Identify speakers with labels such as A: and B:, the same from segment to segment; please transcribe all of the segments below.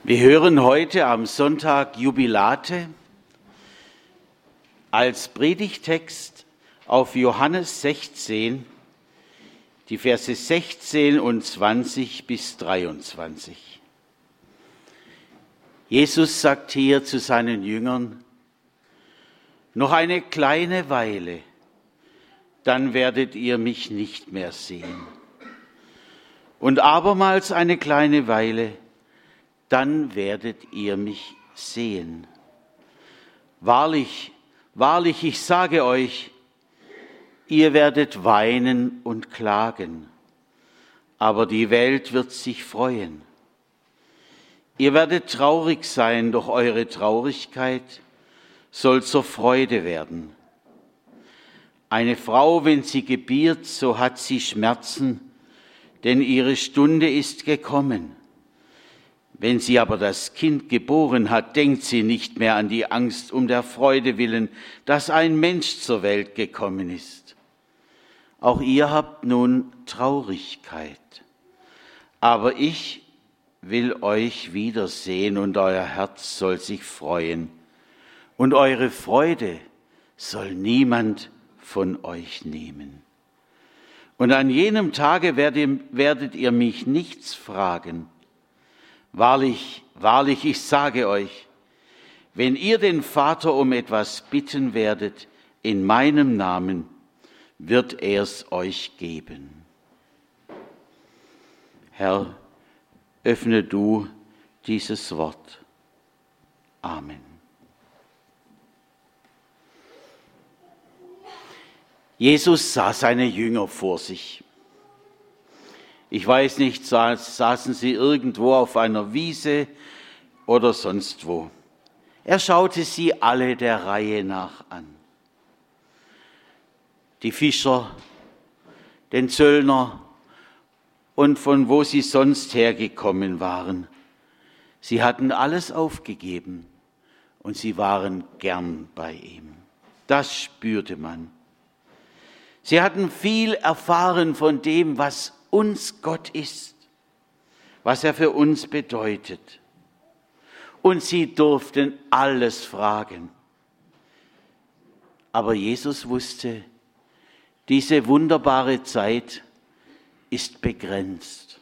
A: Wir hören heute am Sonntag Jubilate als Predigttext auf Johannes 16, die Verse 16 und 20 bis 23. Jesus sagt hier zu seinen Jüngern: Noch eine kleine Weile, dann werdet ihr mich nicht mehr sehen. Und abermals eine kleine Weile, dann werdet ihr mich sehen. Wahrlich, wahrlich, ich sage euch, ihr werdet weinen und klagen, aber die Welt wird sich freuen. Ihr werdet traurig sein, doch eure Traurigkeit soll zur Freude werden. Eine Frau, wenn sie gebiert, so hat sie Schmerzen, denn ihre Stunde ist gekommen. Wenn sie aber das Kind geboren hat, denkt sie nicht mehr an die Angst um der Freude willen, dass ein Mensch zur Welt gekommen ist. Auch ihr habt nun Traurigkeit. Aber ich will euch wiedersehen und euer Herz soll sich freuen. Und eure Freude soll niemand von euch nehmen. Und an jenem Tage werdet ihr mich nichts fragen. Wahrlich, wahrlich, ich sage euch, wenn ihr den Vater um etwas bitten werdet, in meinem Namen, wird er es euch geben. Herr, öffne du dieses Wort. Amen. Jesus sah seine Jünger vor sich. Ich weiß nicht, saßen sie irgendwo auf einer Wiese oder sonst wo. Er schaute sie alle der Reihe nach an. Die Fischer, den Zöllner und von wo sie sonst hergekommen waren. Sie hatten alles aufgegeben und sie waren gern bei ihm. Das spürte man. Sie hatten viel erfahren von dem, was uns Gott ist, was er für uns bedeutet. Und sie durften alles fragen. Aber Jesus wusste, diese wunderbare Zeit ist begrenzt.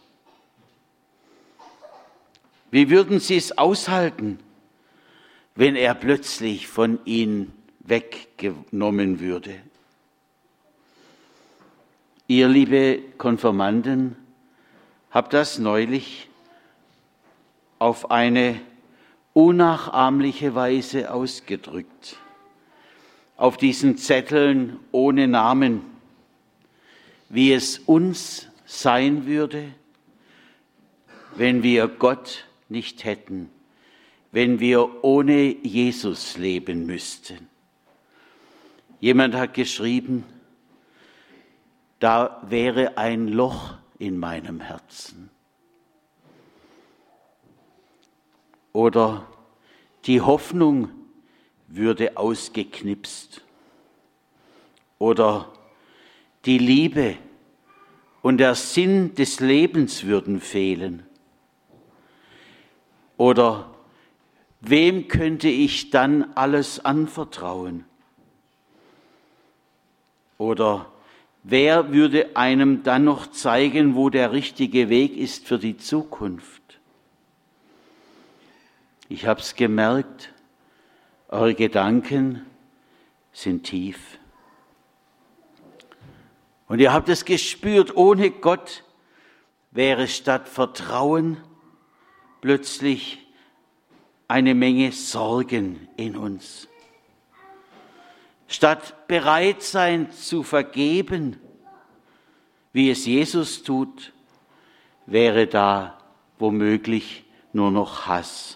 A: Wie würden sie es aushalten, wenn er plötzlich von ihnen weggenommen würde? Ihr, liebe Konfirmanden, habt das neulich auf eine unnachahmliche Weise ausgedrückt. Auf diesen Zetteln ohne Namen, wie es uns sein würde, wenn wir Gott nicht hätten, wenn wir ohne Jesus leben müssten. Jemand hat geschrieben, da wäre ein Loch in meinem Herzen. Oder die Hoffnung würde ausgeknipst. Oder die Liebe und der Sinn des Lebens würden fehlen. Oder wem könnte ich dann alles anvertrauen? Oder wer würde einem dann noch zeigen, wo der richtige Weg ist für die Zukunft? Ich habe es gemerkt, eure Gedanken sind tief. Und ihr habt es gespürt, ohne Gott wäre statt Vertrauen plötzlich eine Menge Sorgen in uns. Statt bereit sein zu vergeben, wie es Jesus tut, wäre da womöglich nur noch Hass.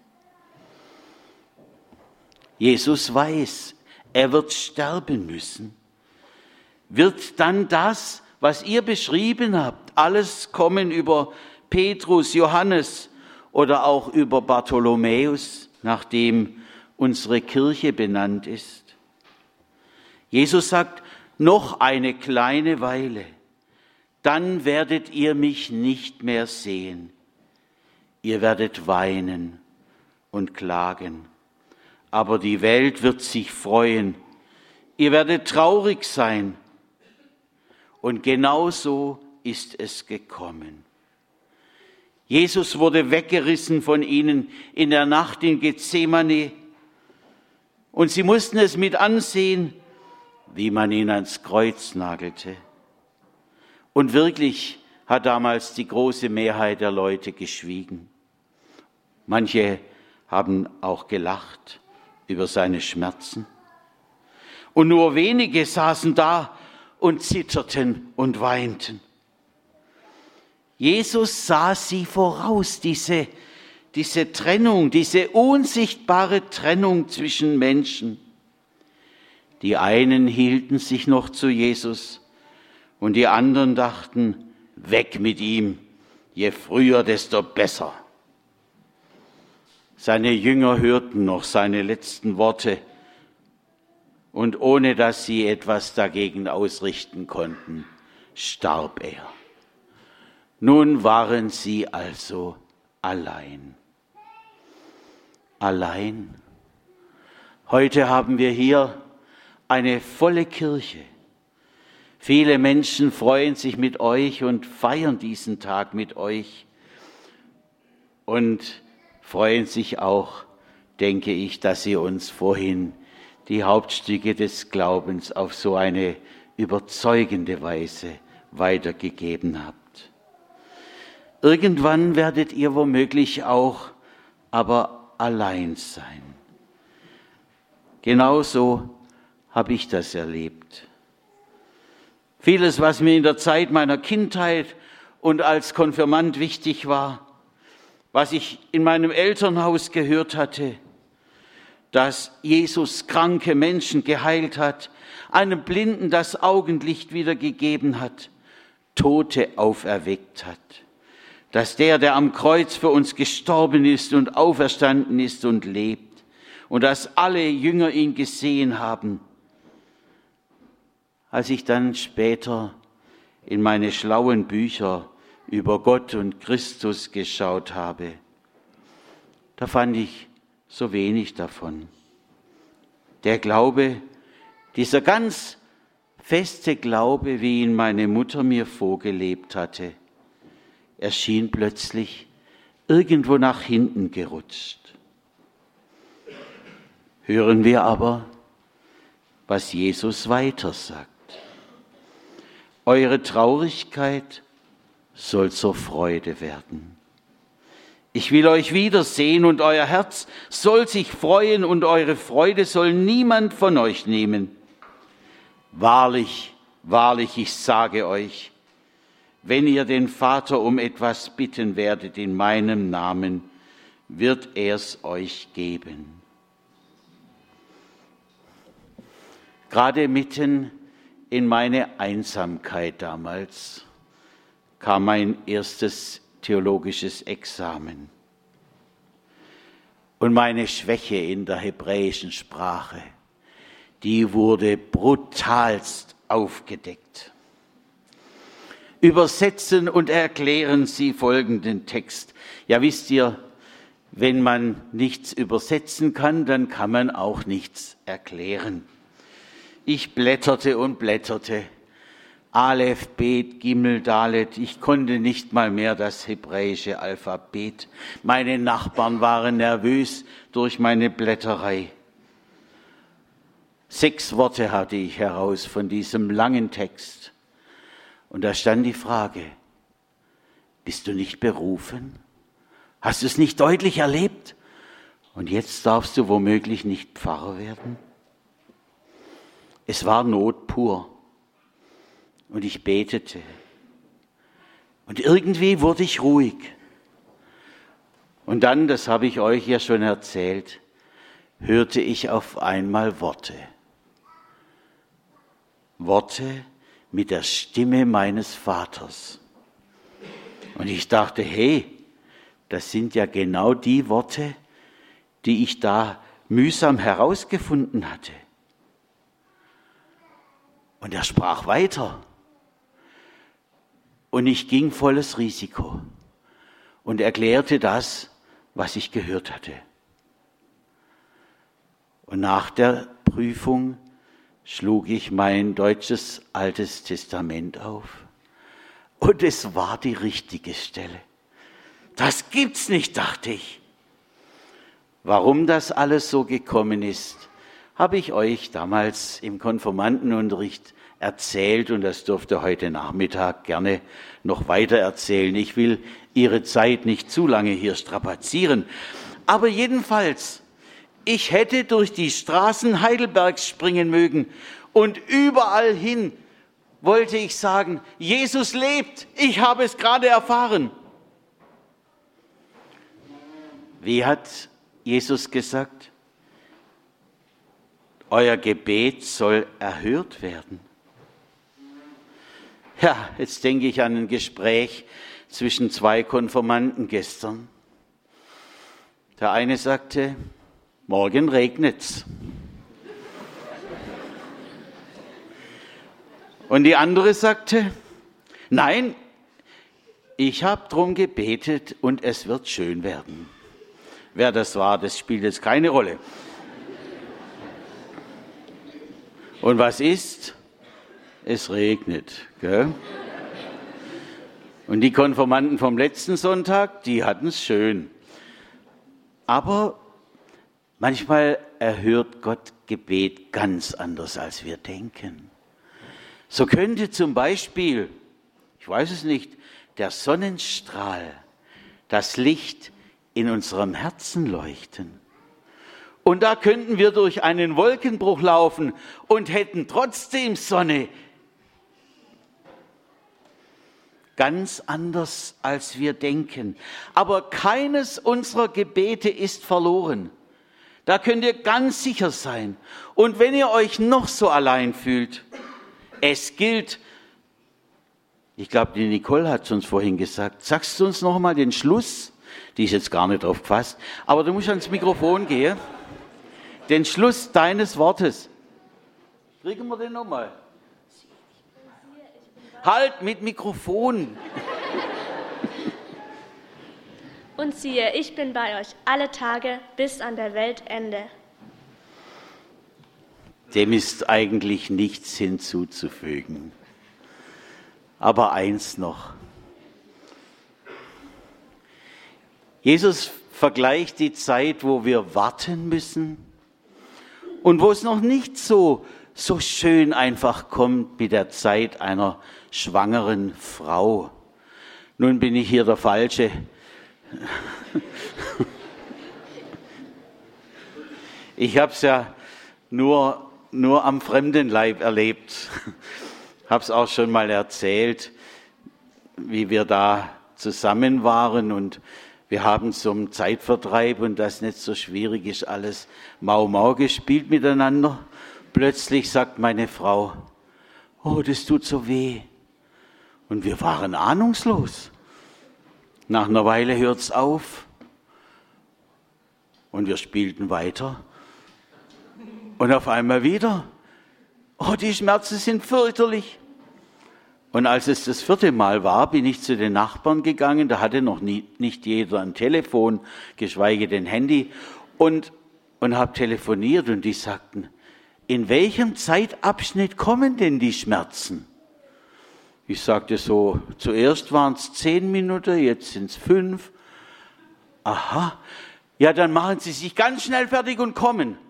A: Jesus weiß, er wird sterben müssen. Wird dann das, was ihr beschrieben habt, alles kommen über Petrus, Johannes oder auch über Bartholomäus, nach dem unsere Kirche benannt ist? Jesus sagt, noch eine kleine Weile, dann werdet ihr mich nicht mehr sehen. Ihr werdet weinen und klagen, aber die Welt wird sich freuen. Ihr werdet traurig sein. Und genauso ist es gekommen. Jesus wurde weggerissen von ihnen in der Nacht in Gethsemane. Und sie mussten es mit ansehen, wie man ihn ans Kreuz nagelte. Und wirklich hat damals die große Mehrheit der Leute geschwiegen. Manche haben auch gelacht über seine Schmerzen. Und nur wenige saßen da und zitterten und weinten. Jesus sah sie voraus, diese Trennung, diese unsichtbare Trennung zwischen Menschen. Die einen hielten sich noch zu Jesus und die anderen dachten, weg mit ihm, je früher, desto besser. Seine Jünger hörten noch seine letzten Worte und ohne dass sie etwas dagegen ausrichten konnten, starb er. Nun waren sie also allein. Allein. Heute haben wir hier eine volle Kirche. Viele Menschen freuen sich mit euch und feiern diesen Tag mit euch und freuen sich auch, denke ich, dass ihr uns vorhin die Hauptstücke des Glaubens auf so eine überzeugende Weise weitergegeben habt. Irgendwann werdet ihr womöglich auch aber allein sein. Genauso habe ich das erlebt. Vieles, was mir in der Zeit meiner Kindheit und als Konfirmand wichtig war, was ich in meinem Elternhaus gehört hatte, dass Jesus kranke Menschen geheilt hat, einem Blinden das Augenlicht wiedergegeben hat, Tote auferweckt hat, dass der am Kreuz für uns gestorben ist und auferstanden ist und lebt und dass alle Jünger ihn gesehen haben. Als ich dann später in meine schlauen Bücher über Gott und Christus geschaut habe, da fand ich so wenig davon. Der Glaube, dieser ganz feste Glaube, wie ihn meine Mutter mir vorgelebt hatte, erschien plötzlich irgendwo nach hinten gerutscht. Hören wir aber, was Jesus weiter sagt. Eure Traurigkeit soll zur Freude werden. Ich will euch wiedersehen und euer Herz soll sich freuen und eure Freude soll niemand von euch nehmen. Wahrlich, wahrlich, ich sage euch, wenn ihr den Vater um etwas bitten werdet in meinem Namen, wird er's euch geben. Gerade mitten in meine Einsamkeit damals kam mein erstes theologisches Examen. Und meine Schwäche in der hebräischen Sprache, die wurde brutalst aufgedeckt. Übersetzen und erklären Sie folgenden Text. Ja, wisst ihr, wenn man nichts übersetzen kann, dann kann man auch nichts erklären. Ich blätterte und blätterte. Aleph, Bet, Gimel, Dalet. Ich konnte nicht mal mehr das hebräische Alphabet. Meine Nachbarn waren nervös durch meine Blätterei. 6 Worte hatte ich heraus von diesem langen Text. Und da stand die Frage, bist du nicht berufen? Hast du es nicht deutlich erlebt? Und jetzt darfst du womöglich nicht Pfarrer werden? Es war Not pur. Und ich betete. Und irgendwie wurde ich ruhig. Und dann, das habe ich euch ja schon erzählt, hörte ich auf einmal Worte. Worte mit der Stimme meines Vaters. Und ich dachte, hey, das sind ja genau die Worte, die ich da mühsam herausgefunden hatte. Und er sprach weiter. Und ich ging volles Risiko. und erklärte das, was ich gehört hatte. Und nach der Prüfung schlug ich mein deutsches Altes Testament auf. Und es war die richtige Stelle. Das gibt's nicht, dachte ich. Warum das alles so gekommen ist, habe ich euch damals im Konfirmandenunterricht erzählt und das dürft ihr heute Nachmittag gerne noch weiter erzählen. Ich will Ihre Zeit nicht zu lange hier strapazieren. Aber jedenfalls, ich hätte durch die Straßen Heidelbergs springen mögen und überall hin wollte ich sagen, Jesus lebt, ich habe es gerade erfahren. Wie hat Jesus gesagt? Euer Gebet soll erhört werden. Ja, jetzt denke ich an ein Gespräch zwischen zwei Konfirmanden gestern. Der eine sagte, morgen regnet's. Und die andere sagte, nein, ich habe drum gebetet und es wird schön werden. Wer das war, das spielt jetzt keine Rolle. Und was ist? Es regnet. Gell? Und die Konfirmanden vom letzten Sonntag, die hatten es schön. Aber manchmal erhört Gott Gebet ganz anders, als wir denken. So könnte zum Beispiel, ich weiß es nicht, der Sonnenstrahl, das Licht in unserem Herzen leuchten. Und da könnten wir durch einen Wolkenbruch laufen und hätten trotzdem Sonne. Ganz anders, als wir denken. Aber keines unserer Gebete ist verloren. Da könnt ihr ganz sicher sein. Und wenn ihr euch noch so allein fühlt, es gilt, ich glaube, die Nicole hat es uns vorhin gesagt, sagst du uns noch mal den Schluss? Die ist jetzt gar nicht drauf gefasst, aber du musst ans Mikrofon gehen. Den Schluss deines Wortes. Kriegen wir den noch mal? Halt mit Mikrofon.
B: Und siehe, ich bin bei euch alle Tage bis an der Weltende.
A: Dem ist eigentlich nichts hinzuzufügen. Aber eins noch. Jesus vergleicht die Zeit, wo wir warten müssen und wo es noch nicht so schön einfach kommt mit der Zeit einer schwangeren Frau. Nun bin ich hier der Falsche. Ich habe es ja nur am fremden Leib erlebt. Habe es auch schon mal erzählt, wie wir da zusammen waren und wir haben zum Zeitvertreib und das nicht so schwierig ist, alles Mau Mau gespielt miteinander. Plötzlich sagt meine Frau, oh, das tut so weh. Und wir waren ahnungslos. Nach einer Weile hört's auf und wir spielten weiter. Und auf einmal wieder, oh, die Schmerzen sind fürchterlich. Und als es das 4. Mal war, bin ich zu den Nachbarn gegangen, da hatte noch nicht jeder ein Telefon, geschweige denn Handy, und habe telefoniert und die sagten, in welchem Zeitabschnitt kommen denn die Schmerzen? Ich sagte so, zuerst waren es 10 Minuten, jetzt sind es 5. Aha, ja, dann machen Sie sich ganz schnell fertig und kommen.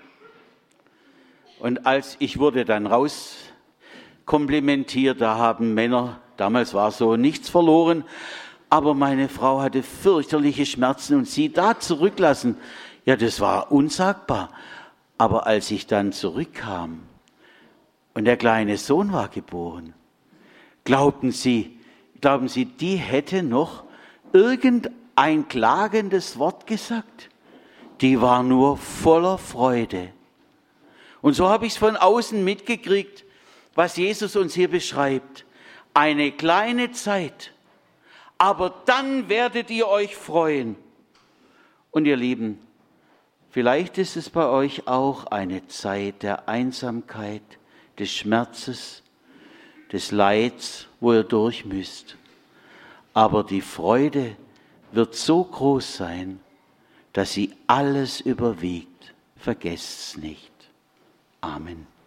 A: Und als ich wurde dann rauskomplimentiert, da haben Männer, damals war so, nichts verloren, aber meine Frau hatte fürchterliche Schmerzen und sie da zurücklassen, ja, das war unsagbar. Aber als ich dann zurückkam und der kleine Sohn war geboren, glauben Sie, die hätte noch irgendein klagendes Wort gesagt? Die war nur voller Freude. Und so habe ich es von außen mitgekriegt, was Jesus uns hier beschreibt. Eine kleine Zeit, aber dann werdet ihr euch freuen. Und ihr Lieben, vielleicht ist es bei euch auch eine Zeit der Einsamkeit, des Schmerzes, des Leids, wo ihr durch müsst. Aber die Freude wird so groß sein, dass sie alles überwiegt. Vergesst's nicht. Amen.